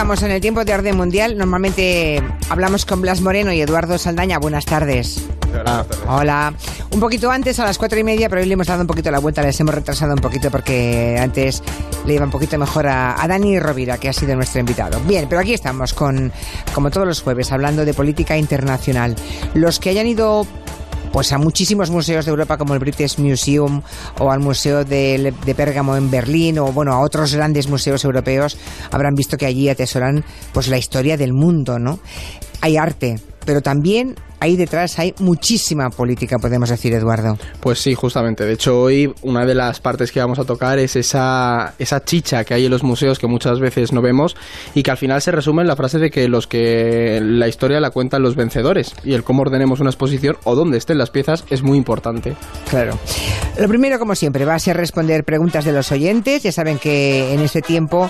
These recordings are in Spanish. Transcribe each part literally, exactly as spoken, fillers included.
estamos en el tiempo de orden mundial. Normalmente hablamos con Blas Moreno y Eduardo Saldaña. Buenas tardes. Hola. Hola. Un poquito antes, a las cuatro y media, pero hoy le hemos dado un poquito la vuelta, les hemos retrasado un poquito porque antes le iba un poquito mejor a, a Dani Rovira, que ha sido nuestro invitado. Bien, pero aquí estamos, con, como todos los jueves, hablando de política internacional. Los que hayan ido pues a muchísimos museos de Europa, como el British Museum o al Museo de, de Pérgamo en Berlín, o bueno, a otros grandes museos europeos, habrán visto que allí atesoran pues la historia del mundo, ¿no? Hay arte, pero también ahí detrás hay muchísima política, podemos decir, Eduardo. Pues sí, justamente. De hecho, hoy una de las partes que vamos a tocar es esa, esa chicha que hay en los museos que muchas veces no vemos y que al final se resume en la frase de que los que la historia la cuentan los vencedores, y el cómo ordenemos una exposición o dónde estén las piezas es muy importante. Claro. Lo primero, como siempre, va a ser responder preguntas de los oyentes. Ya saben que en este tiempo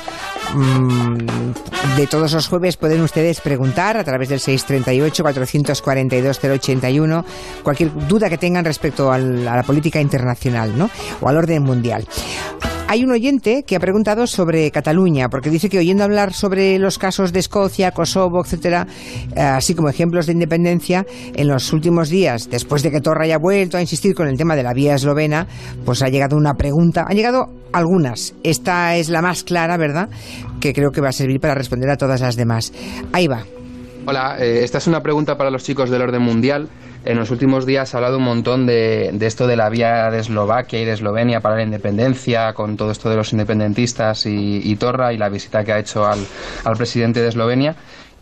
mmm, de todos los jueves pueden ustedes preguntar a través del seis treinta y ocho, cuatrocientos cuarenta y dos, cero ochenta y uno cualquier duda que tengan respecto al, a la política internacional, ¿no? O al orden mundial. Hay un oyente que ha preguntado sobre Cataluña, porque dice que oyendo hablar sobre los casos de Escocia, Kosovo, etcétera, así como ejemplos de independencia, en los últimos días, después de que Torra haya vuelto a insistir con el tema de la vía eslovena, pues ha llegado una pregunta, han llegado algunas. Esta es la más clara, ¿verdad?, que creo que va a servir para responder a todas las demás. Ahí va. Hola, eh, esta es una pregunta para los chicos del orden mundial. En los últimos días se ha hablado un montón de, de esto de la vía de Eslovaquia y de Eslovenia para la independencia, con todo esto de los independentistas y, y Torra y la visita que ha hecho al, al presidente de Eslovenia.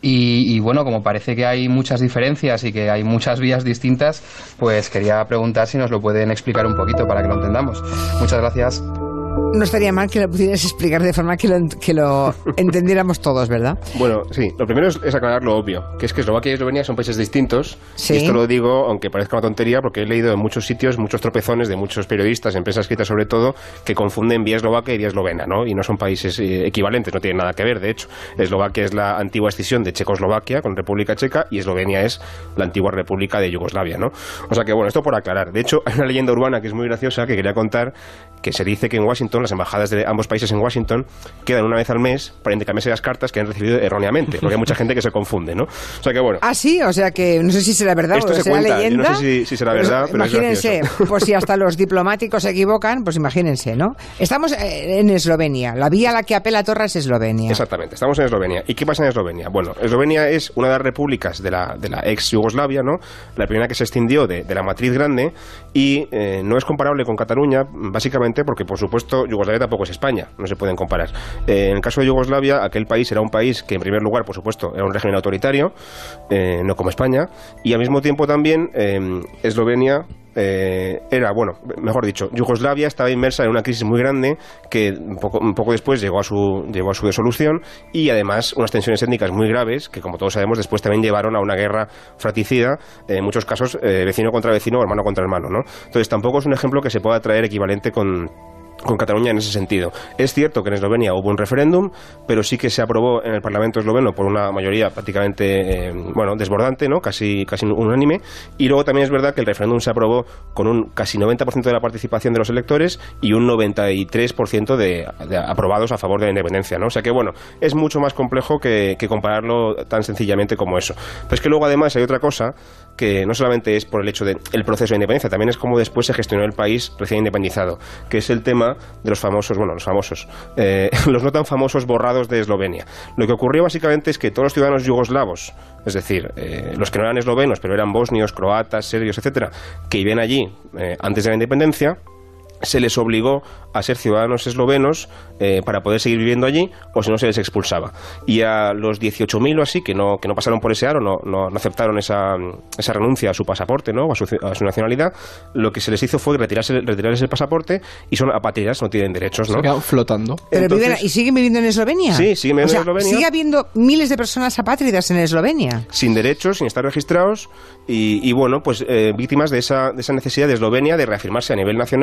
Y, y bueno, como parece que hay muchas diferencias y que hay muchas vías distintas, pues quería preguntar si nos lo pueden explicar un poquito para que lo entendamos. Muchas gracias. No estaría mal que lo pudieras explicar de forma que lo, que lo entendiéramos todos, ¿verdad? Bueno, sí. Lo primero es, es aclarar lo obvio, que es que Eslovaquia y Eslovenia son países distintos. Sí. Y esto lo digo, aunque parezca una tontería, porque he leído en muchos sitios muchos tropezones de muchos periodistas, en prensa escrita sobre todo, que confunden vía eslovaca y vía eslovena, ¿no? Y no son países eh, equivalentes, no tienen nada que ver, de hecho. Eslovaquia es la antigua escisión de Checoslovaquia con República Checa, y Eslovenia es la antigua República de Yugoslavia, ¿no? O sea que, bueno, esto por aclarar. De hecho, hay una leyenda urbana que es muy graciosa que quería contar, que se dice que en Washington, las embajadas de ambos países en Washington quedan una vez al mes para intercambiarse las cartas que han recibido erróneamente, porque hay mucha gente que se confunde, ¿no? O sea que bueno. Ah, sí, o sea que no sé si será verdad esto o se será cuenta, leyenda. Yo no sé si, si será verdad, pues, pero imagínense, es gracioso. pues si hasta los diplomáticos se equivocan, pues imagínense, ¿no? Estamos en Eslovenia, la vía a la que apela Torra es Eslovenia. Exactamente, estamos en Eslovenia. ¿Y qué pasa en Eslovenia? Bueno, Eslovenia es una de las repúblicas de la, de la ex Yugoslavia, ¿no? La primera que se extindió de, de la matriz grande, y eh, no es comparable con Cataluña, básicamente porque, por supuesto, Yugoslavia tampoco es España, no se pueden comparar. Eh, en el caso de Yugoslavia, aquel país era un país que, en primer lugar, por supuesto, era un régimen autoritario, eh, no como España, y al mismo tiempo también eh, Eslovenia eh, era, bueno, mejor dicho, Yugoslavia estaba inmersa en una crisis muy grande que un poco, un poco después llegó a su llegó a su disolución, y además unas tensiones étnicas muy graves que, como todos sabemos, después también llevaron a una guerra fratricida, eh, en muchos casos eh, vecino contra vecino o hermano contra hermano, ¿no? Entonces tampoco es un ejemplo que se pueda traer equivalente con con Cataluña en ese sentido. Es cierto que en Eslovenia hubo un referéndum, pero sí que se aprobó en el Parlamento esloveno por una mayoría prácticamente eh, bueno, desbordante, ¿no? Casi, casi unánime, y luego también es verdad que el referéndum se aprobó con un casi noventa por ciento de la participación de los electores y un noventa y tres por ciento de, de aprobados a favor de la independencia, ¿no? O sea que, bueno, es mucho más complejo que, que compararlo tan sencillamente como eso. Pero es que luego además hay otra cosa que no solamente es por el hecho del proceso de independencia, también es cómo después se gestionó el país recién independizado, que es el tema de los famosos, bueno, los famosos, eh, los no tan famosos borrados de Eslovenia. Lo que ocurrió básicamente es que todos los ciudadanos yugoslavos, es decir, eh, los que no eran eslovenos, pero eran bosnios, croatas, serbios, etcétera, que vivían allí eh, antes de la independencia, se les obligó a ser ciudadanos eslovenos eh, para poder seguir viviendo allí, o si no se les expulsaba. Y a los dieciocho mil o así que no, que no pasaron por ese aro, no, no, no aceptaron esa, esa renuncia a su pasaporte, ¿no? a, su, a su nacionalidad, lo que se les hizo fue retirarse, retirarles el pasaporte, y son apátridas, no tienen derechos, ¿no? Se quedan flotando. Pero Entonces, viven, ¿y siguen viviendo en Eslovenia? Sí, siguen viviendo o sea, en Eslovenia. Sigue habiendo miles de personas apátridas en Eslovenia. Sin derechos, sin estar registrados, y, y bueno, pues eh, víctimas de esa, de esa necesidad de Eslovenia de reafirmarse a nivel nacional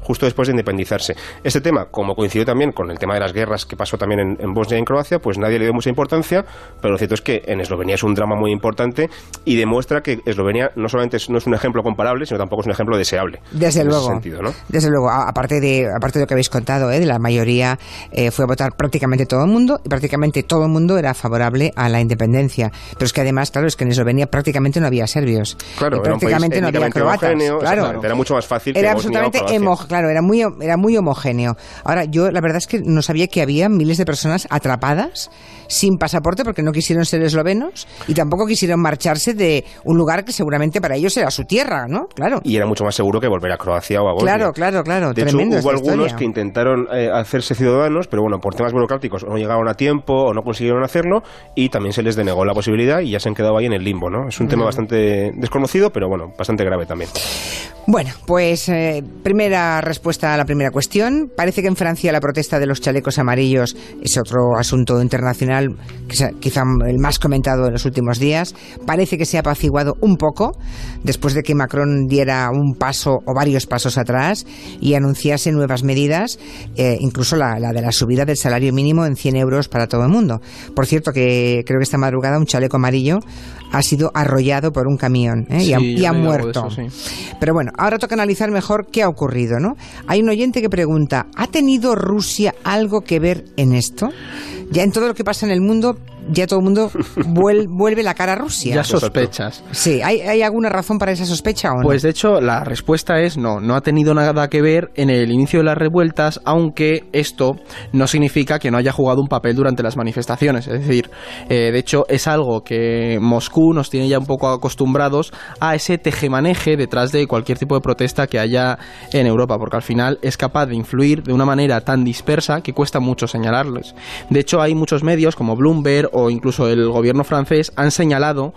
justo después de independizarse. Este tema, como coincidió también con el tema de las guerras que pasó también en, en Bosnia y en Croacia, pues nadie le dio mucha importancia, pero lo cierto es que en Eslovenia es un drama muy importante y demuestra que Eslovenia no solamente es, no es un ejemplo comparable, sino tampoco es un ejemplo deseable. Desde en luego, ese sentido, ¿no? Desde luego, aparte de, aparte de lo que habéis contado, ¿eh? de la mayoría eh, fue a votar prácticamente todo el mundo y prácticamente todo el mundo era favorable a la independencia. Pero es que además, claro, es que en Eslovenia prácticamente no había serbios. Claro, y prácticamente no había croatas. Claro. Era mucho más fácil era que absolutamente Bosnia o emo, claro, era muy, era muy homogéneo. Ahora, yo la verdad es que no sabía que había miles de personas atrapadas sin pasaporte porque no quisieron ser eslovenos y tampoco quisieron marcharse de un lugar que seguramente para ellos era su tierra, ¿no? Claro. Y era mucho más seguro que volver a Croacia o a Bosnia. Claro, claro, claro. De Tremendo hecho, hubo algunos historia. que intentaron eh, hacerse ciudadanos, pero bueno, por temas burocráticos o no llegaron a tiempo o no consiguieron hacerlo y también se les denegó la posibilidad y ya se han quedado ahí en el limbo, ¿no? Es un mm. tema bastante desconocido, pero bueno, bastante grave también. Bueno, pues eh, primera respuesta a la primera cuestión. Parece que en Francia la protesta de los chalecos amarillos es otro asunto internacional, quizá el más comentado en los últimos días. Parece que se ha apaciguado un poco después de que Macron diera un paso o varios pasos atrás y anunciase nuevas medidas, eh, incluso la, la de la subida del salario mínimo en cien euros para todo el mundo. Por cierto, que creo que esta madrugada un chaleco amarillo ha sido arrollado por un camión ¿eh? sí, y ha, y ha muerto. Eso, sí. Pero bueno, ahora toca analizar mejor qué ha ocurrido, ¿no? Hay un oyente que pregunta, ¿ha tenido Rusia algo que ver en esto? Ya en todo lo que pasa en el mundo, ya todo el mundo vuel, vuelve la cara a Rusia. Ya sospechas. Sí, ¿hay, ¿hay alguna razón para esa sospecha o no? Pues de hecho la respuesta es no, no ha tenido nada que ver en el inicio de las revueltas, aunque esto no significa que no haya jugado un papel durante las manifestaciones. Es decir, eh, de hecho es algo que Moscú nos tiene ya un poco acostumbrados a ese tejemaneje detrás de cualquier tipo de protesta que haya en Europa, porque al final es capaz de influir de una manera tan dispersa que cuesta mucho señalarlos. De hecho hay muchos medios como Bloomberg o incluso el gobierno francés han señalado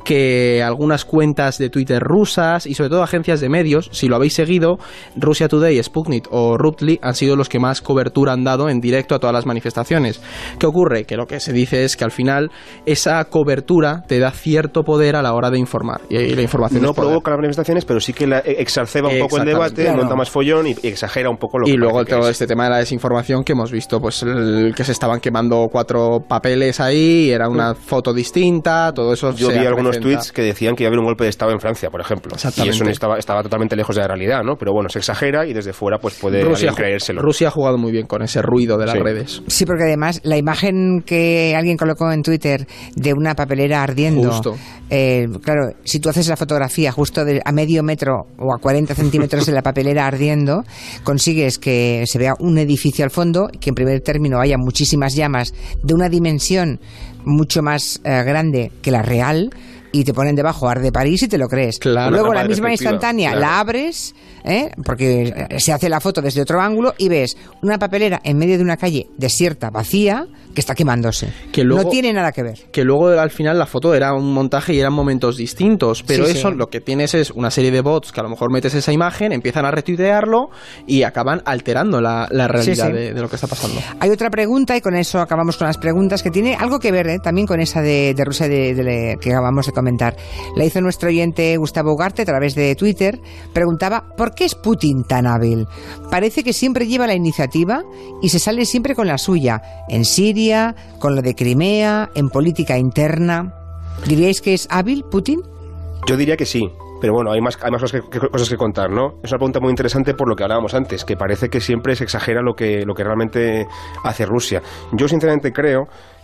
que algunas cuentas de Twitter rusas y sobre todo agencias de medios, si lo habéis seguido, Russia Today, Sputnik o Rutli han sido los que más cobertura han dado en directo a todas las manifestaciones. ¿Qué ocurre? Que lo que se dice es que al final esa cobertura te da cierto poder a la hora de informar y la información no es poder. Provoca las manifestaciones, pero sí que la exacerba un poco el debate, claro. Monta más follón y exagera un poco lo que y luego todo es. Este tema de la desinformación que hemos visto, pues el que se estaban quemando cuatro papeles ahí, era una foto distinta, todo eso. Yo vi algunos tweets que decían que iba a haber un golpe de estado en Francia, por ejemplo, y eso estaba, estaba totalmente lejos de la realidad, ¿no? Pero bueno, se exagera y desde fuera pues puede Rusia, creérselo. Rusia ha jugado muy bien con ese ruido de las sí. redes. Sí, porque además la imagen que alguien colocó en Twitter de una papelera ardiendo, justo. Eh, claro, si tú haces la fotografía justo de, a medio metro o a cuarenta centímetros de la papelera ardiendo, consigues que se vea un edificio al fondo, que en primer término haya muchísimas llamas de una dimensión mucho más eh, grande que la real, y te ponen debajo Arde París y te lo crees. Claro, luego la misma instantánea claro. la abres, ¿eh? porque se hace la foto desde otro ángulo y ves una papelera en medio de una calle desierta, vacía, que está quemándose. Que luego, no tiene nada que ver. Que luego al final la foto era un montaje y eran momentos distintos, pero sí, eso sí. Lo que tienes es una serie de bots que a lo mejor metes esa imagen, empiezan a retuitearlo y acaban alterando la, la realidad sí, sí. De, de lo que está pasando. Hay otra pregunta y con eso acabamos con las preguntas que tiene algo que ver ¿eh? también con esa de, de Rusia de, de, de, que acabamos de comentar. La hizo nuestro oyente Gustavo Ugarte a través de Twitter. Preguntaba ¿por qué es Putin tan hábil? Parece que siempre lleva la iniciativa y se sale siempre con la suya. En Siria, con lo de Crimea, en política interna. ¿Diríais que es hábil Putin? Yo diría que sí. Pero bueno, hay más, hay más cosas, que, cosas que contar, ¿no? Es una pregunta muy interesante por lo que hablábamos antes, que parece que siempre se exagera lo que, lo que realmente hace Rusia. Yo sinceramente creo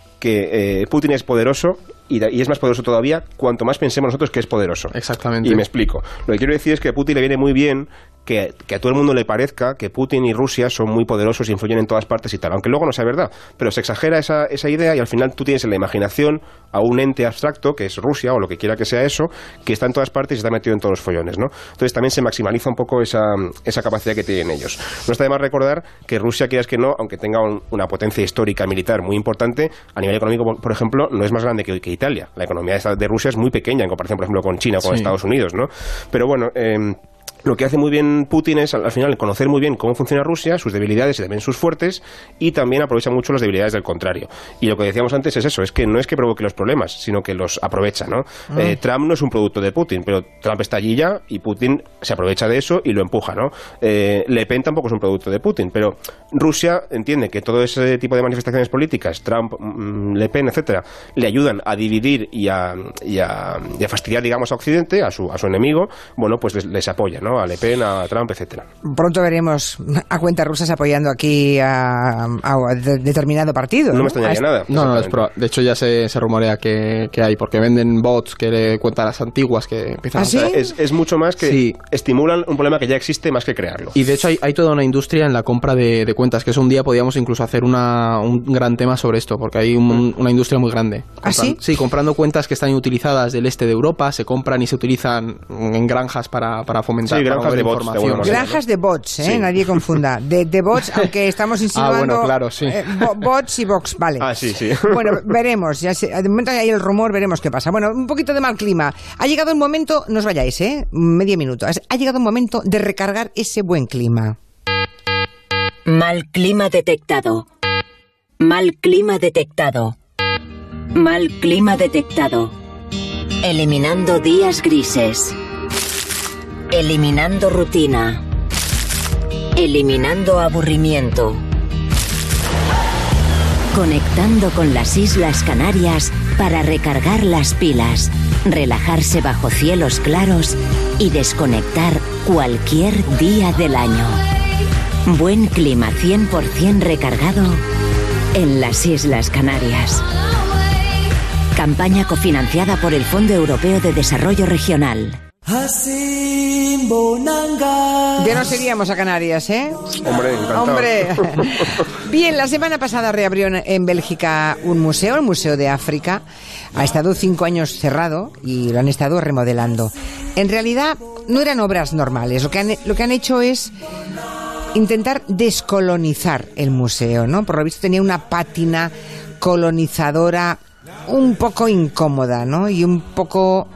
que eh, Putin es poderoso y, y es más poderoso todavía cuanto más pensemos nosotros que es poderoso. Exactamente. Y me explico. Lo que quiero decir es que a Putin le viene muy bien que, que a todo el mundo le parezca que Putin y Rusia son muy poderosos y influyen en todas partes y tal, aunque luego no sea verdad. Pero se exagera esa, esa idea y al final tú tienes en la imaginación a un ente abstracto, que es Rusia o lo que quiera que sea eso, que está en todas partes y está metido en todos los follones, ¿no? Entonces también se maximaliza un poco esa, esa capacidad que tienen ellos. No está de más recordar que Rusia, quieras que no, aunque tenga un, una potencia histórica militar muy importante, a nivel económico, por ejemplo, no es más grande que, que Italia. La economía de Rusia es muy pequeña en comparación, por ejemplo, con China o con sí. Estados Unidos, ¿no? Pero bueno, eh, lo que hace muy bien Putin es, al final, conocer muy bien cómo funciona Rusia, sus debilidades y también sus fuertes, y también aprovecha mucho las debilidades del contrario. Y lo que decíamos antes es eso, es que no es que provoque los problemas, sino que los aprovecha, ¿no? Ah. Eh, Trump no es un producto de Putin, pero Trump está allí ya y Putin se aprovecha de eso y lo empuja, ¿no? Eh, Le Pen tampoco es un producto de Putin, pero Rusia entiende que todo ese tipo de manifestaciones políticas, Trump, Le Pen, etcétera, le ayudan a dividir y a, y a, y a fastidiar, digamos, a Occidente, a su, a su enemigo. Bueno, pues les, les apoya, ¿no? A Le Pen, a Trump, etcétera. Pronto veremos a cuentas rusas apoyando aquí a, a de, determinado partido. No, ¿no? me extrañaría nada. No, no, es proba- de hecho ya se, se rumorea que, que hay, porque venden bots que le cuentan las antiguas que empiezan ¿Ah, sí? a... Es, es mucho más que sí. estimulan un problema que ya existe más que crearlo. Y de hecho hay, hay toda una industria en la compra de, de cuentas, que eso un día podríamos incluso hacer una, un gran tema sobre esto, porque hay un, una industria muy grande. ¿Ah, sí? Sí, comprando cuentas que están utilizadas del este de Europa, se compran y se utilizan en granjas para, para fomentar, sí, para granjas de bots, información. de Granjas de bots, ¿eh? Sí. Nadie confunda. De, de bots, aunque estamos insinuando... Ah, bueno, claro, sí. Eh, bo- bots y box, vale. Ah, sí, sí. Bueno, veremos. Ya se, de momento hay el rumor, veremos qué pasa. Bueno, un poquito de mal clima. Ha llegado el momento, no os vayáis, ¿eh? Medio minuto. Ha llegado el momento de recargar ese buen clima. Mal clima detectado. Mal clima detectado. Mal clima detectado. Eliminando días grises. Eliminando rutina. Eliminando aburrimiento. Conectando con las Islas Canarias para recargar las pilas, relajarse bajo cielos claros y desconectar cualquier día del año. Buen clima cien por ciento recargado en las Islas Canarias. Campaña cofinanciada por el Fondo Europeo de Desarrollo Regional. Ya nos iríamos a Canarias, ¿eh? Hombre, encantado. Hombre. Bien, la semana pasada reabrió en, en Bélgica un museo, el Museo de África. Ha estado cinco años cerrado y lo han estado remodelando. En realidad no eran obras normales. Lo que han, lo que han hecho es intentar descolonizar el museo, ¿no? Por lo visto tenía una pátina colonizadora un poco incómoda, ¿no? Y un poco...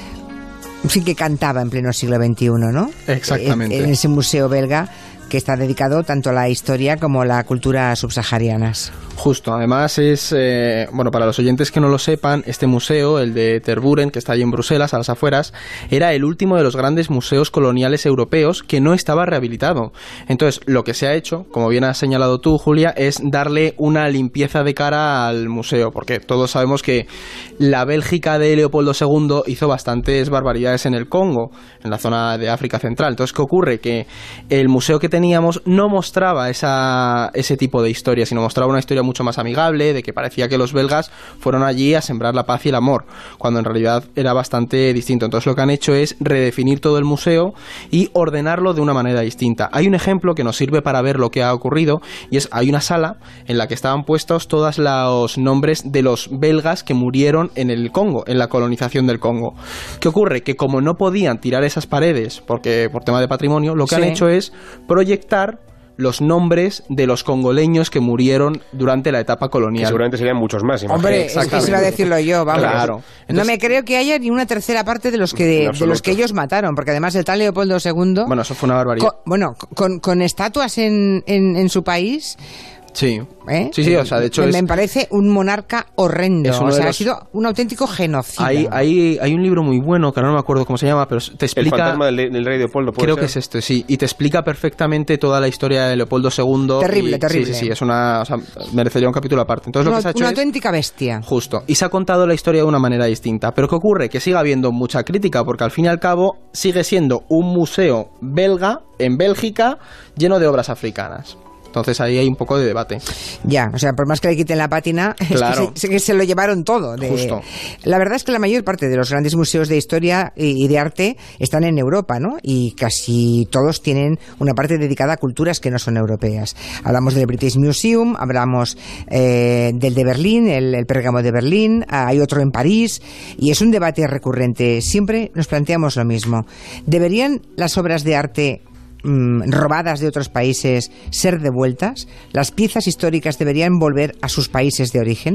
sí, que cantaba en pleno siglo veintiuno, ¿no? Exactamente. En, en ese museo belga que está dedicado tanto a la historia como a la cultura subsaharianas. Justo, además es, eh, bueno, para los oyentes que no lo sepan, este museo, el de Tervuren, que está allí en Bruselas, a las afueras, era el último de los grandes museos coloniales europeos que no estaba rehabilitado. Entonces, lo que se ha hecho, como bien has señalado tú, Julia, es darle una limpieza de cara al museo, porque todos sabemos que la Bélgica de Leopoldo segundo hizo bastantes barbaridades en el Congo, en la zona de África Central. Entonces, ¿qué ocurre? Que el museo que teníamos no mostraba esa, ese tipo de historia, sino mostraba una historia mucho más amigable, de que parecía que los belgas fueron allí a sembrar la paz y el amor, cuando en realidad era bastante distinto. Entonces lo que han hecho es redefinir todo el museo y ordenarlo de una manera distinta. Hay un ejemplo que nos sirve para ver lo que ha ocurrido, y es, hay una sala en la que estaban puestos todos los nombres de los belgas que murieron en el Congo, en la colonización del Congo. ¿Qué ocurre? Que como no podían tirar esas paredes porque por tema de patrimonio, lo que sí. han hecho es proyectar los nombres de los congoleños que murieron durante la etapa colonial. Que seguramente serían muchos más. Imagino. Hombre, es que iba a decirlo yo, vamos. Claro. Entonces, no me creo que haya ni una tercera parte de los que de, de los que ellos mataron, porque además el tal Leopoldo segundo... Bueno, eso fue una barbaridad. Con, bueno, con, con estatuas en, en, en su país... Sí. ¿Eh? sí, sí, o sea, de hecho me es, parece un monarca horrendo, o sea, los... ha sido un auténtico genocida. Hay, hay, hay un libro muy bueno, que ahora no me acuerdo cómo se llama, pero te explica... El fantasma del, del rey Leopoldo, ¿puede Creo ser? que es este, sí, y te explica perfectamente toda la historia de Leopoldo segundo. Terrible, y, terrible. Sí, sí, sí, es una, o sea, merecería un capítulo aparte. Entonces una, lo que se ha hecho una es, auténtica bestia. Justo, y se ha contado la historia de una manera distinta. Pero ¿qué ocurre? Que sigue habiendo mucha crítica, porque al fin y al cabo sigue siendo un museo belga, en Bélgica, lleno de obras africanas. Entonces ahí hay un poco de debate. Ya, o sea, por más que le quiten la pátina, claro. es que se, que se lo llevaron todo. De... Justo. La verdad es que la mayor parte de los grandes museos de historia y de arte están en Europa, ¿no? Y casi todos tienen una parte dedicada a culturas que no son europeas. Hablamos del British Museum, hablamos eh, del de Berlín, el, el Pérgamo de Berlín, hay otro en París, y es un debate recurrente. Siempre nos planteamos lo mismo. ¿Deberían las obras de arte robadas de otros países ser devueltas? ¿Las piezas históricas deberían volver a sus países de origen?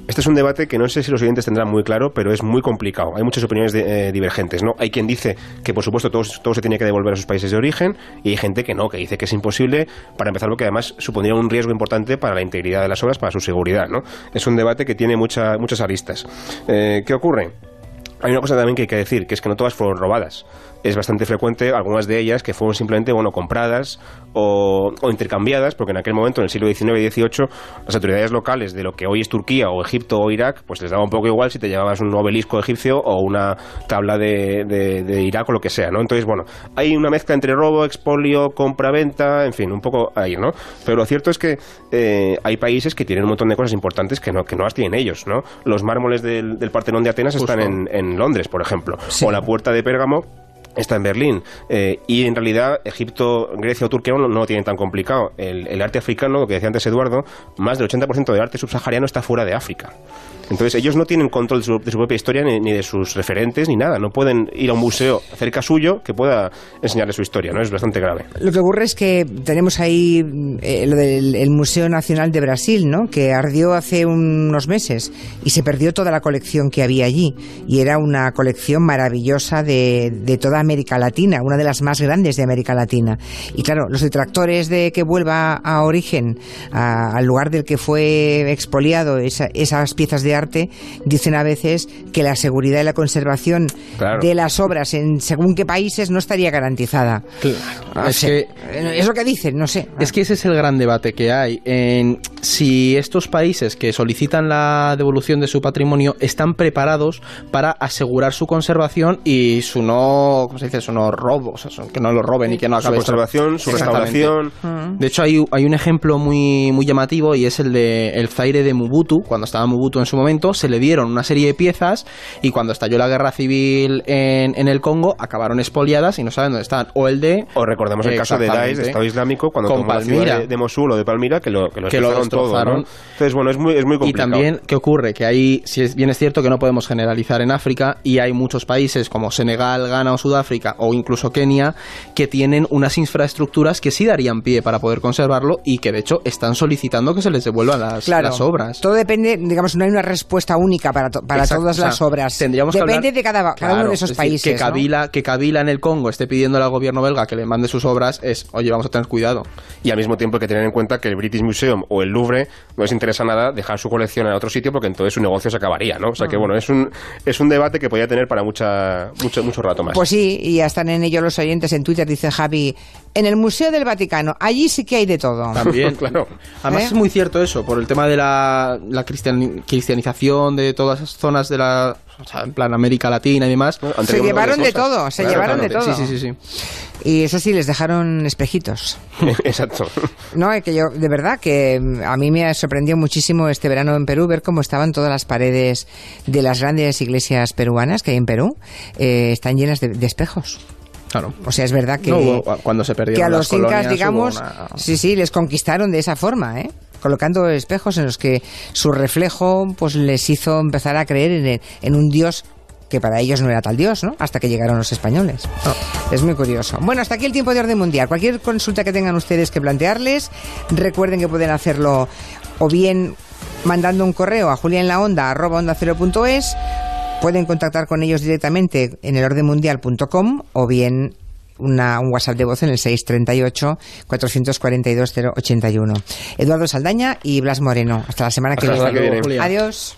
Este es un debate que no sé si los oyentes tendrán muy claro, pero es muy complicado. Hay muchas opiniones de, eh, divergentes, ¿no? Hay quien dice que, por supuesto, todo, todo se tiene que devolver a sus países de origen, y hay gente que no, que dice que es imposible, para empezar, porque además supondría un riesgo importante para la integridad de las obras, para su seguridad, ¿no? Es un debate que tiene mucha, muchas aristas. Eh, ¿Qué ocurre? Hay una cosa también que hay que decir, que es que no todas fueron robadas. Es bastante frecuente algunas de ellas que fueron simplemente, bueno, compradas o, o intercambiadas, porque en aquel momento, en el siglo diecinueve y dieciocho, las autoridades locales de lo que hoy es Turquía o Egipto o Irak, pues les daba un poco igual si te llevabas un obelisco egipcio o una tabla de, de, de Irak o lo que sea, ¿no? Entonces, bueno, hay una mezcla entre robo, expolio, compra-venta, en fin, un poco ahí, ¿no? Pero lo cierto es que eh, hay países que tienen un montón de cosas importantes que no, que no las tienen ellos, ¿no? Los mármoles del, del Partenón de Atenas Justo. están en, en Londres, por ejemplo, sí. o la Puerta de Pérgamo está en Berlín, eh, y en realidad Egipto, Grecia o Turquía no, no lo tienen tan complicado. El, el arte africano, lo que decía antes Eduardo, más del ochenta por ciento del arte subsahariano está fuera de África. Entonces ellos no tienen control de su, de su propia historia, ni, ni de sus referentes, ni nada. No pueden ir a un museo cerca suyo que pueda enseñarle su historia, ¿no? Es bastante grave. Lo que ocurre es que tenemos ahí eh, lo del el Museo Nacional de Brasil, ¿no? Que ardió hace unos meses y se perdió toda la colección que había allí. Y era una colección maravillosa de, de toda América Latina, una de las más grandes de América Latina. Y claro, los detractores de que vuelva a origen, a, al lugar del que fue expoliado esa, esas piezas de arte, dicen a veces que la seguridad y la conservación claro. de las obras en según qué países no estaría garantizada. Claro. Es, sé, que, es lo que dicen, no sé. Es que ese es el gran debate que hay. En si estos países que solicitan la devolución de su patrimonio están preparados para asegurar su conservación y su no, ¿cómo se dice? Su no robo, o sea, que no lo roben y que no acabe. Su conservación, su restauración. De hecho, hay, hay un ejemplo muy, muy llamativo, y es el de el Zaire de Mobutu. Cuando estaba Mobutu en su momento, se le dieron una serie de piezas, y cuando estalló la guerra civil en, en el Congo, acabaron expoliadas y no saben dónde están. O el de... O recordemos el caso de Daesh, de Estado Islámico, cuando tomó la ciudad de, de Mosul o de Palmira, que lo, que lo, que lo destrozaron todo, ¿no? Entonces, bueno, es muy, es muy complicado. Y también, ¿qué ocurre? Que hay, si es bien es cierto que no podemos generalizar en África, y hay muchos países como Senegal, Ghana o Sudáfrica, o incluso Kenia, que tienen unas infraestructuras que sí darían pie para poder conservarlo, y que de hecho están solicitando que se les devuelvan las, claro, las obras. Todo depende, digamos, no hay una respuesta única para, to, para todas las o sea, obras. Tendríamos depende que hablar, de cada, cada claro, uno de esos es decir, países. Que Kabila, ¿no? que Kabila en el Congo esté pidiéndole al gobierno belga que le mande sus obras es, oye, vamos a tener cuidado. Y al mismo tiempo hay que tener en cuenta que el British Museum o el Louvre no les interesa nada dejar su colección en otro sitio, porque entonces su negocio se acabaría, ¿no? O sea que, bueno, es un, es un debate que podría tener para mucha, mucho, mucho rato más. Pues sí, y ya están en ello los oyentes en Twitter, dice Javi, en el Museo del Vaticano, allí sí que hay de todo. También, claro. Además ¿Eh? es muy cierto eso, por el tema de la, la cristian, cristianización de todas esas zonas de la... O sea, en plan América Latina y demás. Se llevaron de todo, se claro, llevaron claro, de todo. Sí, sí, sí, sí. Y eso sí, les dejaron espejitos. Exacto. No, es que yo, de verdad, que a mí me sorprendió muchísimo este verano en Perú ver cómo estaban todas las paredes de las grandes iglesias peruanas que hay en Perú, eh, están llenas de, de espejos. Claro. O sea, es verdad que, no, cuando se perdieron que a los las colonias, incas, digamos, una... sí, sí, les conquistaron de esa forma, ¿eh? Colocando espejos en los que su reflejo pues les hizo empezar a creer en, en un dios que para ellos no era tal dios, ¿no? Hasta que llegaron los españoles. Oh. Es muy curioso. Bueno, hasta aquí el tiempo de Orden Mundial. Cualquier consulta que tengan ustedes que plantearles, recuerden que pueden hacerlo o bien mandando un correo a julianlaonda arroba onda cero punto es, pueden contactar con ellos directamente en el orden mundial punto com, o bien Una, un WhatsApp de voz en el seis treinta y ocho, cuatrocientos cuarenta y dos, cero ochenta y uno. Eduardo Saldaña y Blas Moreno. Hasta la semana que Hasta viene. que viene. Adiós.